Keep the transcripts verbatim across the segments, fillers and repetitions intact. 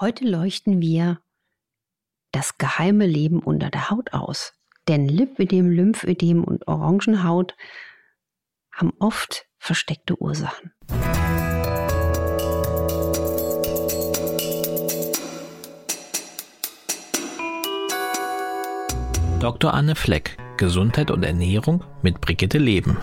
Heute leuchten wir das geheime Leben unter der Haut aus. Denn Lipödem, Lymphödem und Orangenhaut haben oft versteckte Ursachen. Doktor Anne Fleck, Gesundheit und Ernährung mit Brigitte Leben.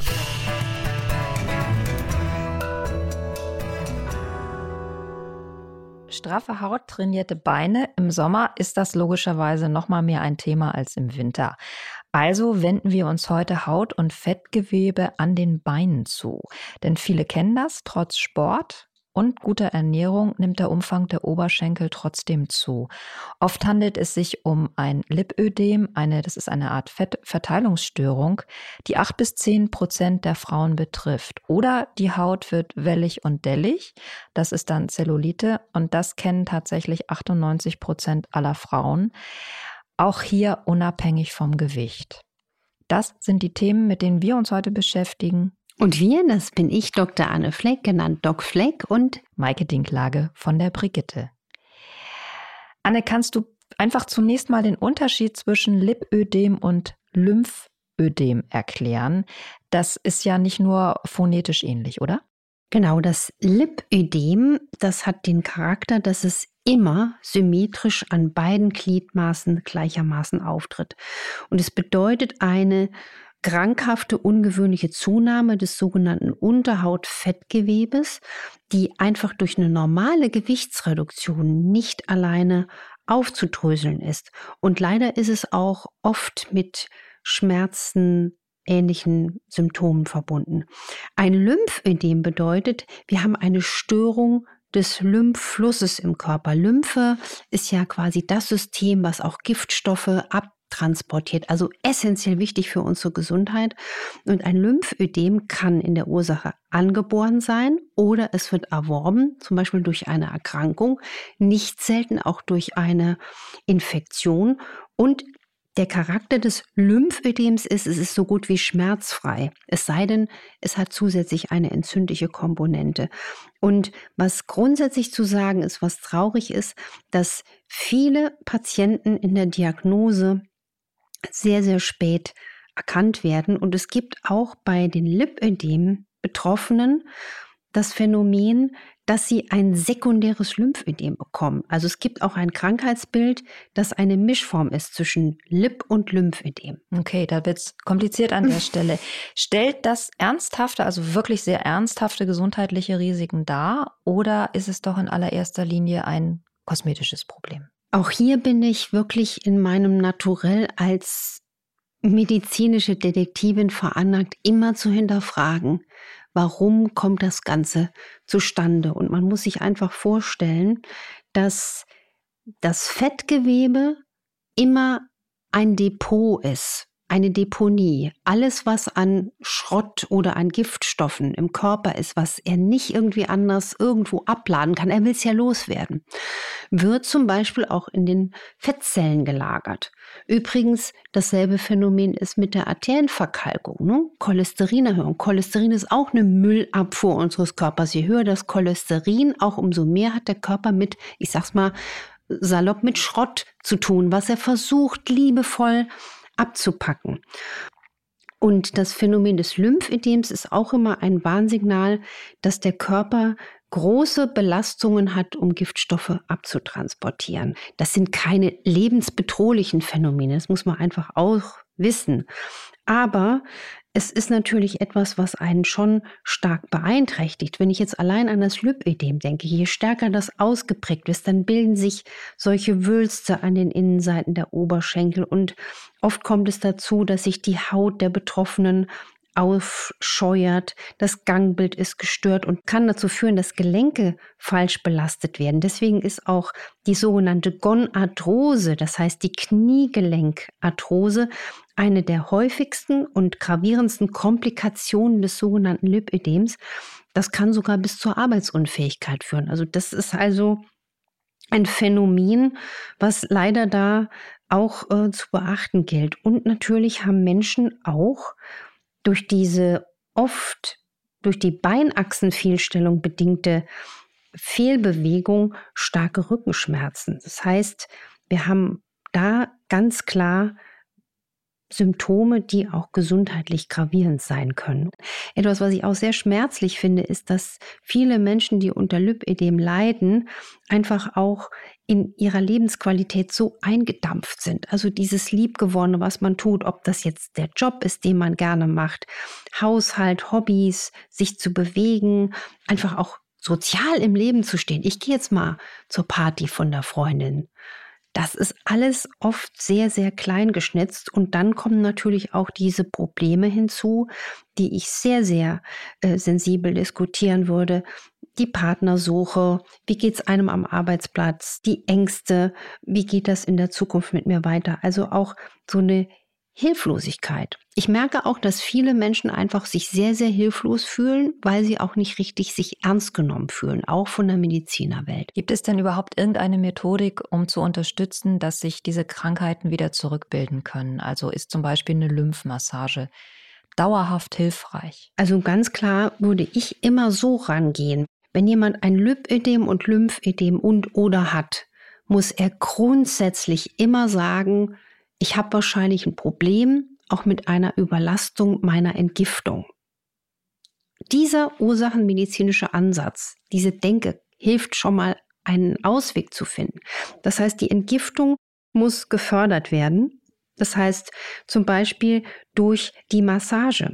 Straffe Haut, trainierte Beine. Im Sommer ist das logischerweise noch mal mehr ein Thema als im Winter. Also wenden wir uns heute Haut- und Fettgewebe an den Beinen zu. Denn viele kennen das, trotz Sport und guter Ernährung nimmt der Umfang der Oberschenkel trotzdem zu. Oft handelt es sich um ein Lipödem, eine, das ist eine Art Fettverteilungsstörung, die acht bis zehn Prozent der Frauen betrifft. Oder die Haut wird wellig und dellig, das ist dann Zellulite und das kennen tatsächlich achtundneunzig Prozent aller Frauen. Auch hier unabhängig vom Gewicht. Das sind die Themen, mit denen wir uns heute beschäftigen. Und wir, das bin ich, Doktor Anne Fleck, genannt Doc Fleck und Maike Dinklage von der Brigitte. Anne, kannst du einfach zunächst mal den Unterschied zwischen Lipödem und Lymphödem erklären? Das ist ja nicht nur phonetisch ähnlich, oder? Genau, das Lipödem, das hat den Charakter, dass es immer symmetrisch an beiden Gliedmaßen gleichermaßen auftritt. Und es bedeutet eine krankhafte, ungewöhnliche Zunahme des sogenannten Unterhautfettgewebes, die einfach durch eine normale Gewichtsreduktion nicht alleine aufzudröseln ist. Und leider ist es auch oft mit Schmerzen, ähnlichen Symptomen verbunden. Ein Lymphödem bedeutet, wir haben eine Störung des Lymphflusses im Körper. Lymphe ist ja quasi das System, was auch Giftstoffe abtransportiert, also essentiell wichtig für unsere Gesundheit. Und ein Lymphödem kann in der Ursache angeboren sein oder es wird erworben, zum Beispiel durch eine Erkrankung, nicht selten auch durch eine Infektion. Und der Charakter des Lymphödems ist, es ist so gut wie schmerzfrei. Es sei denn, es hat zusätzlich eine entzündliche Komponente. Und was grundsätzlich zu sagen ist, was traurig ist, dass viele Patienten in der Diagnose sehr, sehr spät erkannt werden. Und es gibt auch bei den Lipödem-Betroffenen das Phänomen, dass sie ein sekundäres Lymphödem bekommen. Also es gibt auch ein Krankheitsbild, das eine Mischform ist zwischen Lip- und Lymphödem. Okay, da wird es kompliziert an der Stelle. Stellt das ernsthafte, also wirklich sehr ernsthafte gesundheitliche Risiken dar oder ist es doch in allererster Linie ein kosmetisches Problem? Auch hier bin ich wirklich in meinem Naturell als medizinische Detektivin veranlagt, immer zu hinterfragen, warum kommt das Ganze zustande? Und man muss sich einfach vorstellen, dass das Fettgewebe immer ein Depot ist, eine Deponie. Alles, was an Schrott oder an Giftstoffen im Körper ist, was er nicht irgendwie anders irgendwo abladen kann, er will es ja loswerden, wird zum Beispiel auch in den Fettzellen gelagert. Übrigens, dasselbe Phänomen ist mit der Arterienverkalkung, ne? Cholesterinerhöhung. Cholesterin ist auch eine Müllabfuhr unseres Körpers. Je höher das Cholesterin, auch umso mehr hat der Körper mit, ich sag's mal salopp, mit Schrott zu tun, was er versucht, liebevoll abzupacken. Und das Phänomen des Lymphödems ist auch immer ein Warnsignal, dass der Körper große Belastungen hat, um Giftstoffe abzutransportieren. Das sind keine lebensbedrohlichen Phänomene, das muss man einfach auch wissen. Aber es ist natürlich etwas, was einen schon stark beeinträchtigt. Wenn ich jetzt allein an das Lipödem denke, je stärker das ausgeprägt ist, dann bilden sich solche Wülste an den Innenseiten der Oberschenkel. Und oft kommt es dazu, dass sich die Haut der Betroffenen aufscheuert, das Gangbild ist gestört und kann dazu führen, dass Gelenke falsch belastet werden. Deswegen ist auch die sogenannte Gonarthrose, das heißt die Kniegelenkarthrose, eine der häufigsten und gravierendsten Komplikationen des sogenannten Lipödems. Das kann sogar bis zur Arbeitsunfähigkeit führen. Also das ist also ein Phänomen, was leider da auch äh, zu beachten gilt. Und natürlich haben Menschen auch durch diese oft durch die Beinachsenfehlstellung bedingte Fehlbewegung starke Rückenschmerzen. Das heißt, wir haben da ganz klar Symptome, die auch gesundheitlich gravierend sein können. Etwas, was ich auch sehr schmerzlich finde, ist, dass viele Menschen, die unter Lipödem leiden, einfach auch in ihrer Lebensqualität so eingedampft sind. Also dieses Liebgewonnene, was man tut, ob das jetzt der Job ist, den man gerne macht, Haushalt, Hobbys, sich zu bewegen, einfach auch sozial im Leben zu stehen. Ich gehe jetzt mal zur Party von der Freundin. Das ist alles oft sehr, sehr klein geschnitzt und dann kommen natürlich auch diese Probleme hinzu, die ich sehr, sehr äh, sensibel diskutieren würde. Die Partnersuche, wie geht es einem am Arbeitsplatz, die Ängste, wie geht das in der Zukunft mit mir weiter? Also auch so eine Hilflosigkeit. Ich merke auch, dass viele Menschen einfach sich sehr, sehr hilflos fühlen, weil sie auch nicht richtig sich ernst genommen fühlen, auch von der Medizinerwelt. Gibt es denn überhaupt irgendeine Methodik, um zu unterstützen, dass sich diese Krankheiten wieder zurückbilden können? Also ist zum Beispiel eine Lymphmassage dauerhaft hilfreich? Also ganz klar würde ich immer so rangehen. Wenn jemand ein Lipödem und Lymphödem und oder hat, muss er grundsätzlich immer sagen, ich habe wahrscheinlich ein Problem, auch mit einer Überlastung meiner Entgiftung. Dieser ursachenmedizinische Ansatz, diese Denke, hilft schon mal, einen Ausweg zu finden. Das heißt, die Entgiftung muss gefördert werden. Das heißt zum Beispiel durch die Massage.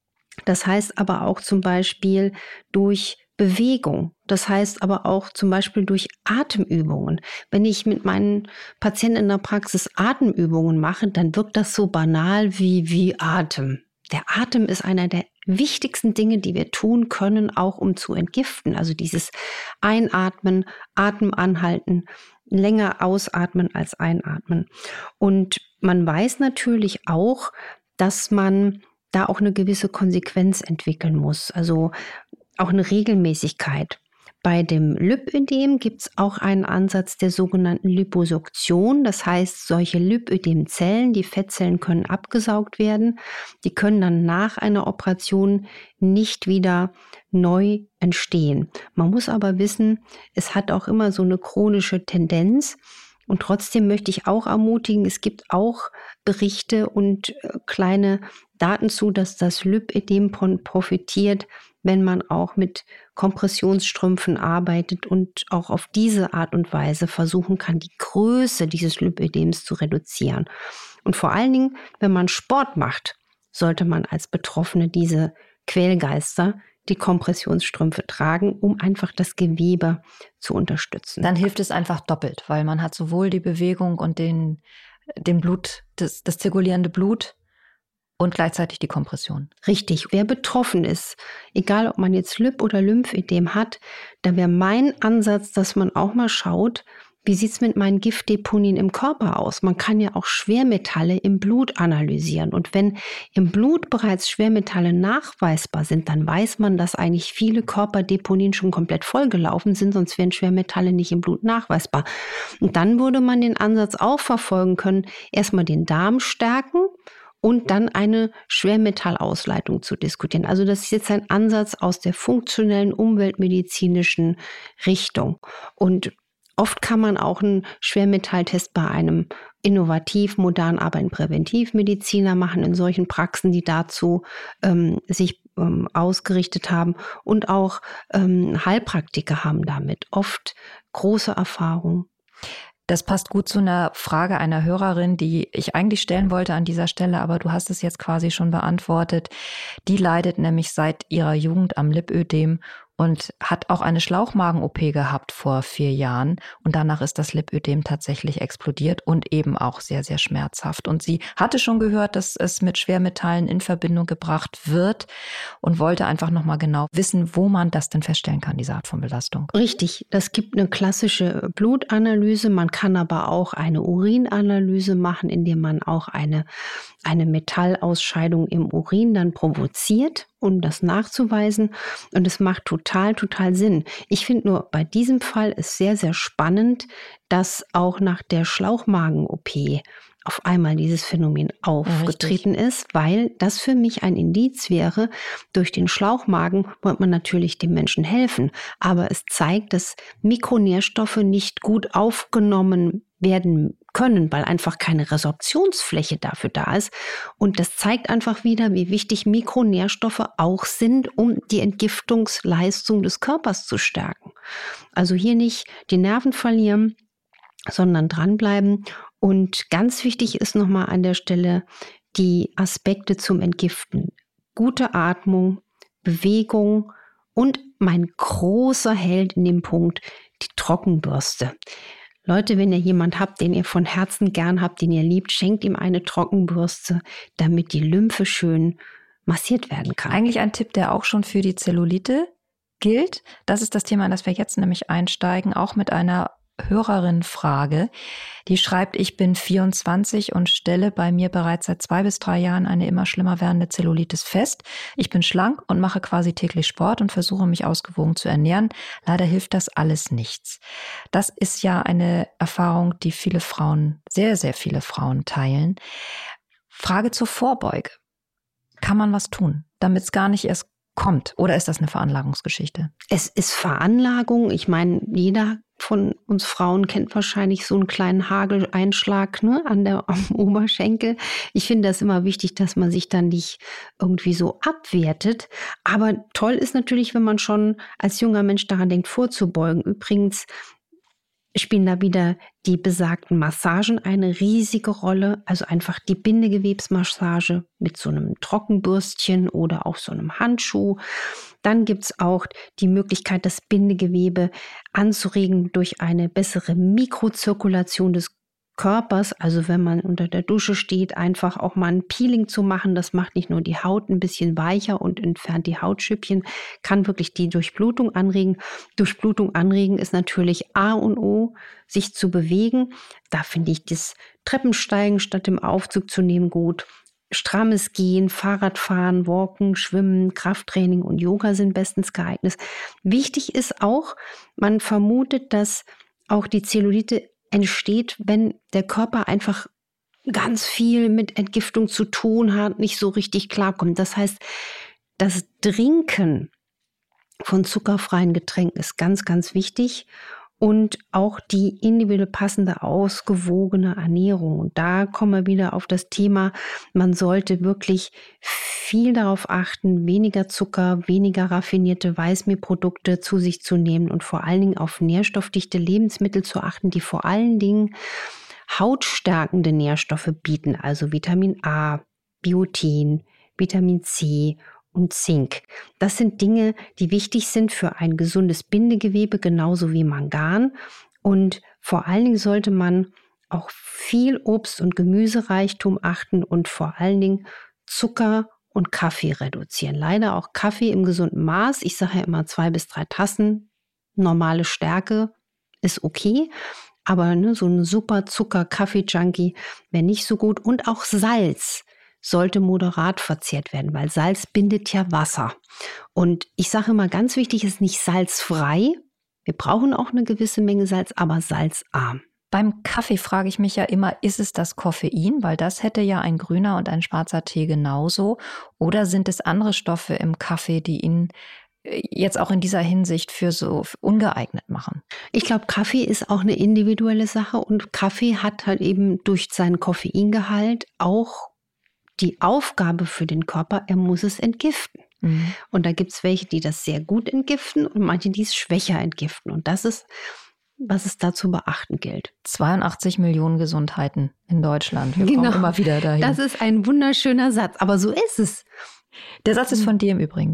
Das heißt aber auch zum Beispiel durch Bewegung. Das heißt aber auch zum Beispiel durch Atemübungen. Wenn ich mit meinen Patienten in der Praxis Atemübungen mache, dann wirkt das so banal wie, wie Atem. Der Atem ist einer der wichtigsten Dinge, die wir tun können, auch um zu entgiften. Also dieses Einatmen, Atem anhalten, länger ausatmen als einatmen. Und man weiß natürlich auch, dass man da auch eine gewisse Konsequenz entwickeln muss. Also auch eine Regelmäßigkeit. Bei dem Lipödem gibt es auch einen Ansatz der sogenannten Liposuktion. Das heißt, solche Lipödemzellen, die Fettzellen können abgesaugt werden. Die können dann nach einer Operation nicht wieder neu entstehen. Man muss aber wissen, es hat auch immer so eine chronische Tendenz. Und trotzdem möchte ich auch ermutigen, es gibt auch Berichte und kleine Daten zu, dass das Lipödem profitiert, wenn man auch mit Kompressionsstrümpfen arbeitet und auch auf diese Art und Weise versuchen kann, die Größe dieses Lipödems zu reduzieren. Und vor allen Dingen, wenn man Sport macht, sollte man als Betroffene diese Quälgeister, die Kompressionsstrümpfe tragen, um einfach das Gewebe zu unterstützen. Dann hilft es einfach doppelt, weil man hat sowohl die Bewegung und den, den Blut, das, das zirkulierende Blut und gleichzeitig die Kompression. Richtig. Wer betroffen ist, egal ob man jetzt Lip- oder Lymphödem hat, da wäre mein Ansatz, dass man auch mal schaut, wie sieht es mit meinen Giftdeponien im Körper aus? Man kann ja auch Schwermetalle im Blut analysieren. Und wenn im Blut bereits Schwermetalle nachweisbar sind, dann weiß man, dass eigentlich viele Körperdeponien schon komplett vollgelaufen sind, sonst wären Schwermetalle nicht im Blut nachweisbar. Und dann würde man den Ansatz auch verfolgen können, erstmal den Darm stärken und dann eine Schwermetallausleitung zu diskutieren. Also das ist jetzt ein Ansatz aus der funktionellen umweltmedizinischen Richtung. Und oft kann man auch einen Schwermetalltest bei einem innovativ, modern, aber ein Präventivmediziner machen, in solchen Praxen, die dazu ähm, sich ähm, ausgerichtet haben. Und auch ähm, Heilpraktiker haben damit oft große Erfahrung. Das passt gut zu einer Frage einer Hörerin, die ich eigentlich stellen wollte an dieser Stelle, aber du hast es jetzt quasi schon beantwortet. Die leidet nämlich seit ihrer Jugend am Lipödem und hat auch eine Schlauchmagen-O P gehabt vor vier Jahren. Und danach ist das Lipödem tatsächlich explodiert und eben auch sehr, sehr schmerzhaft. Und sie hatte schon gehört, dass es mit Schwermetallen in Verbindung gebracht wird und wollte einfach nochmal genau wissen, wo man das denn feststellen kann, diese Art von Belastung. Richtig, das gibt eine klassische Blutanalyse. Man kann aber auch eine Urinanalyse machen, indem man auch eine, eine Metallausscheidung im Urin dann provoziert, um das nachzuweisen. Und es macht total, total Sinn. Ich finde nur, bei diesem Fall ist sehr, sehr spannend, dass auch nach der Schlauchmagen-O P auf einmal dieses Phänomen aufgetreten ja, ist, weil das für mich ein Indiz wäre, durch den Schlauchmagen wollte man natürlich dem Menschen helfen, aber es zeigt, dass Mikronährstoffe nicht gut aufgenommen werden können, weil einfach keine Resorptionsfläche dafür da ist. Und das zeigt einfach wieder, wie wichtig Mikronährstoffe auch sind, um die Entgiftungsleistung des Körpers zu stärken. Also hier nicht die Nerven verlieren, sondern dranbleiben. Und ganz wichtig ist nochmal an der Stelle die Aspekte zum Entgiften. Gute Atmung, Bewegung und mein großer Held in dem Punkt, die Trockenbürste. Leute, wenn ihr jemand habt, den ihr von Herzen gern habt, den ihr liebt, schenkt ihm eine Trockenbürste, damit die Lymphe schön massiert werden kann. Eigentlich ein Tipp, der auch schon für die Zellulite gilt. Das ist das Thema, in das wir jetzt nämlich einsteigen, auch mit einer Hörerin-Frage. Die schreibt, ich bin vierundzwanzig und stelle bei mir bereits seit zwei bis drei Jahren eine immer schlimmer werdende Zellulitis fest. Ich bin schlank und mache quasi täglich Sport und versuche mich ausgewogen zu ernähren. Leider hilft das alles nichts. Das ist ja eine Erfahrung, die viele Frauen, sehr, sehr viele Frauen teilen. Frage zur Vorbeuge. Kann man was tun, damit es gar nicht erst kommt? Oder ist das eine Veranlagungsgeschichte? Es ist Veranlagung. Ich meine, jeder von uns Frauen kennt wahrscheinlich so einen kleinen Hageleinschlag, ne, an der am Oberschenkel. Ich finde das immer wichtig, dass man sich dann nicht irgendwie so abwertet. Aber toll ist natürlich, wenn man schon als junger Mensch daran denkt, vorzubeugen. Übrigens spielen da wieder die besagten Massagen eine riesige Rolle. Also einfach die Bindegewebsmassage mit so einem Trockenbürstchen oder auch so einem Handschuh. Dann gibt es auch die Möglichkeit, das Bindegewebe anzuregen durch eine bessere Mikrozirkulation des Körpers. Also wenn man unter der Dusche steht, einfach auch mal ein Peeling zu machen. Das macht nicht nur die Haut ein bisschen weicher und entfernt die Hautschüppchen, kann wirklich die Durchblutung anregen. Durchblutung anregen ist natürlich A und O, sich zu bewegen. Da finde ich das Treppensteigen statt im Aufzug zu nehmen gut. Strammes Gehen, Fahrradfahren, Walken, Schwimmen, Krafttraining und Yoga sind bestens geeignet. Wichtig ist auch, man vermutet, dass auch die Zellulite entsteht, wenn der Körper einfach ganz viel mit Entgiftung zu tun hat, nicht so richtig klarkommt. Das heißt, das Trinken von zuckerfreien Getränken ist ganz, ganz wichtig. Und auch die individuell passende, ausgewogene Ernährung. Und da kommen wir wieder auf das Thema, man sollte wirklich viel darauf achten, weniger Zucker, weniger raffinierte Weißmehlprodukte zu sich zu nehmen und vor allen Dingen auf nährstoffdichte Lebensmittel zu achten, die vor allen Dingen hautstärkende Nährstoffe bieten, also Vitamin A, Biotin, Vitamin C und Zink. Das sind Dinge, die wichtig sind für ein gesundes Bindegewebe, genauso wie Mangan. Und vor allen Dingen sollte man auch viel Obst- und Gemüsereichtum achten und vor allen Dingen Zucker und Kaffee reduzieren. Leider auch Kaffee im gesunden Maß. Ich sage ja immer zwei bis drei Tassen. Normale Stärke ist okay. Aber ne, so ein super Zucker-Kaffee-Junkie wäre nicht so gut. Und auch Salz sollte moderat verzehrt werden, weil Salz bindet ja Wasser. Und ich sage immer, ganz wichtig ist nicht salzfrei. Wir brauchen auch eine gewisse Menge Salz, aber salzarm. Beim Kaffee frage ich mich ja immer, ist es das Koffein? Weil das hätte ja ein grüner und ein schwarzer Tee genauso. Oder sind es andere Stoffe im Kaffee, die ihn jetzt auch in dieser Hinsicht für so ungeeignet machen? Ich glaube, Kaffee ist auch eine individuelle Sache. Und Kaffee hat halt eben durch seinen Koffeingehalt auch die Aufgabe für den Körper, er muss es entgiften. Mhm. Und da gibt es welche, die das sehr gut entgiften und manche, die es schwächer entgiften. Und das ist, was es da zu beachten gilt. zweiundachtzig Millionen Gesundheiten in Deutschland. Wir genau. kommen immer wieder dahin. Das ist ein wunderschöner Satz, aber so ist es. Der Satz ist von dir im Übrigen.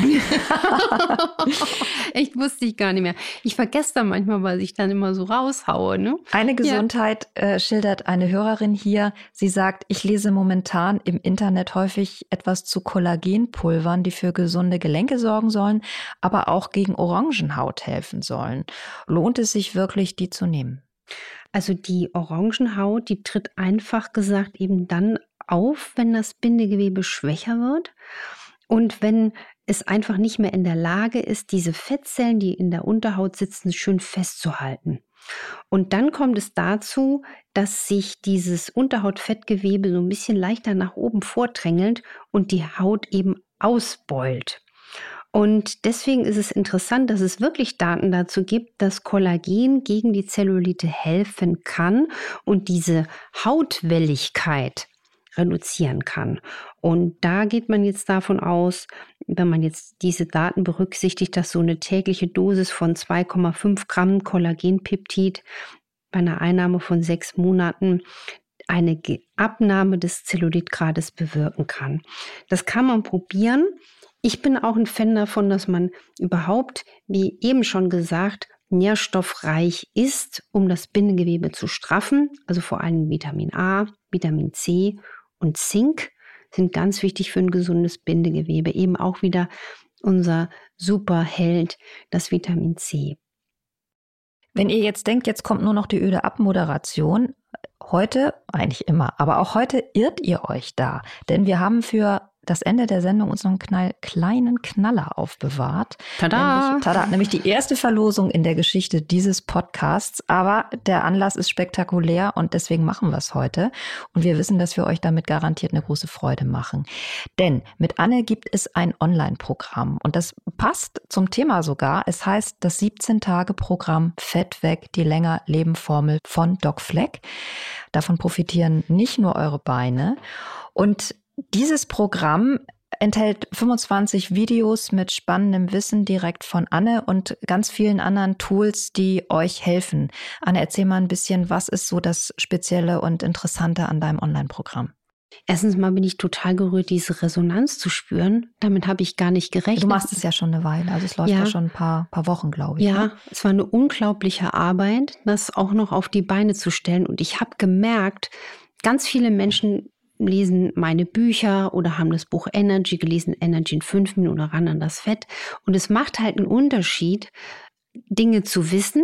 Echt, wusste ich gar nicht mehr. Ich vergesse da manchmal, weil ich dann immer so raushaue. Ne? Eine Gesundheit ja. äh, schildert eine Hörerin hier. Sie sagt, ich lese momentan im Internet häufig etwas zu Kollagenpulvern, die für gesunde Gelenke sorgen sollen, aber auch gegen Orangenhaut helfen sollen. Lohnt es sich wirklich, die zu nehmen? Also die Orangenhaut, die tritt einfach gesagt eben dann auf, wenn das Bindegewebe schwächer wird und wenn es einfach nicht mehr in der Lage ist, diese Fettzellen, die in der Unterhaut sitzen, schön festzuhalten. Und dann kommt es dazu, dass sich dieses Unterhautfettgewebe so ein bisschen leichter nach oben vordrängelt und die Haut eben ausbeult. Und deswegen ist es interessant, dass es wirklich Daten dazu gibt, dass Kollagen gegen die Zellulite helfen kann und diese Hautwelligkeit reduzieren kann. Und da geht man jetzt davon aus, wenn man jetzt diese Daten berücksichtigt, dass so eine tägliche Dosis von zwei Komma fünf Gramm Kollagenpeptid bei einer Einnahme von sechs Monaten eine Abnahme des Zellulitgrades bewirken kann. Das kann man probieren. Ich bin auch ein Fan davon, dass man überhaupt, wie eben schon gesagt, nährstoffreich ist, um das Bindegewebe zu straffen. Also vor allem Vitamin A, Vitamin C und Zink sind ganz wichtig für ein gesundes Bindegewebe. Eben auch wieder unser Superheld, das Vitamin C. Wenn ihr jetzt denkt, jetzt kommt nur noch die öde Abmoderation, heute, eigentlich immer, aber auch heute irrt ihr euch da. Denn wir haben für das Ende der Sendung uns noch einen Knall, kleinen Knaller aufbewahrt. Tada! Nämlich, tada! Nämlich die erste Verlosung in der Geschichte dieses Podcasts. Aber der Anlass ist spektakulär und deswegen machen wir es heute. Und wir wissen, dass wir euch damit garantiert eine große Freude machen. Denn mit Anne gibt es ein Online-Programm und das passt zum Thema sogar. Es heißt das siebzehn-Tage-Programm Fett weg, die Länger-Leben-Formel von Doc Fleck. Davon profitieren nicht nur eure Beine. Und dieses Programm enthält fünfundzwanzig Videos mit spannendem Wissen direkt von Anne und ganz vielen anderen Tools, die euch helfen. Anne, erzähl mal ein bisschen, was ist so das Spezielle und Interessante an deinem Online-Programm? Erstens mal bin ich total gerührt, diese Resonanz zu spüren. Damit habe ich gar nicht gerechnet. Du machst es ja schon eine Weile, also es läuft ja, ja schon ein paar, paar Wochen, glaube ich. Ja, ne? Es war eine unglaubliche Arbeit, das auch noch auf die Beine zu stellen. Und ich habe gemerkt, ganz viele Menschen lesen meine Bücher oder haben das Buch Energy gelesen, Energy in fünf Minuten ran an das Fett. Und es macht halt einen Unterschied, Dinge zu wissen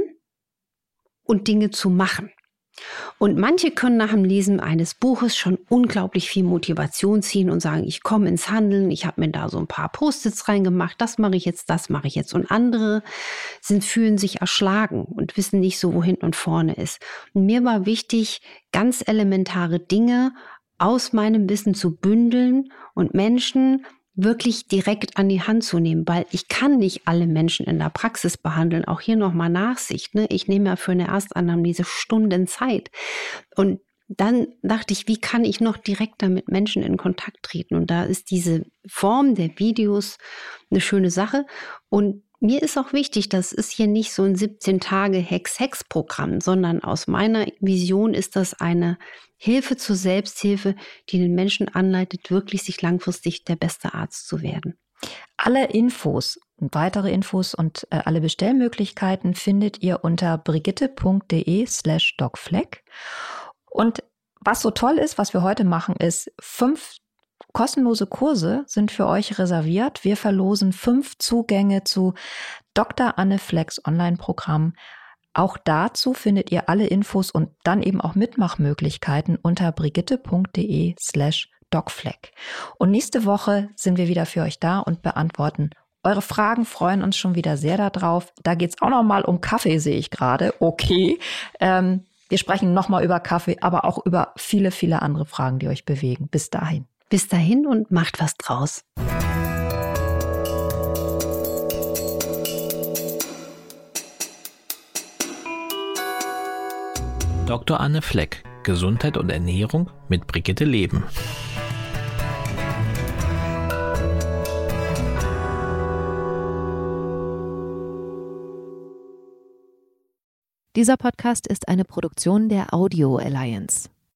und Dinge zu machen. Und manche können nach dem Lesen eines Buches schon unglaublich viel Motivation ziehen und sagen, ich komme ins Handeln, ich habe mir da so ein paar Post-its reingemacht, das mache ich jetzt, das mache ich jetzt. Und andere sind, fühlen sich erschlagen und wissen nicht so, wo hinten und vorne ist. Und mir war wichtig, ganz elementare Dinge aus meinem Wissen zu bündeln und Menschen wirklich direkt an die Hand zu nehmen, weil ich kann nicht alle Menschen in der Praxis behandeln. Auch hier nochmal Nachsicht. Ne? Ich nehme ja für eine Erstanamnese Stunden Zeit. Und dann dachte ich, wie kann ich noch direkter mit Menschen in Kontakt treten? Und da ist diese Form der Videos eine schöne Sache. Und mir ist auch wichtig, das ist hier nicht so ein siebzehn-Tage-Hex-Hex-Programm, sondern aus meiner Vision ist das eine Hilfe zur Selbsthilfe, die den Menschen anleitet, wirklich sich langfristig der beste Arzt zu werden. Alle Infos und weitere Infos und äh, alle Bestellmöglichkeiten findet ihr unter brigitte.de slash docfleck. Und was so toll ist, was wir heute machen, ist fünf kostenlose Kurse sind für euch reserviert. Wir verlosen fünf Zugänge zu Doktor Anne Flecks Online-Programm. Auch dazu findet ihr alle Infos und dann eben auch Mitmachmöglichkeiten unter brigitte.de slash docfleck. Und nächste Woche sind wir wieder für euch da und beantworten eure Fragen, freuen uns schon wieder sehr darauf. Da geht es auch nochmal um Kaffee, sehe ich gerade. Okay. Ähm, wir sprechen nochmal über Kaffee, aber auch über viele, viele andere Fragen, die euch bewegen. Bis dahin. Bis dahin und macht was draus. Doktor Anne Fleck, Gesundheit und Ernährung mit Brigitte Leben. Dieser Podcast ist eine Produktion der Audio Alliance.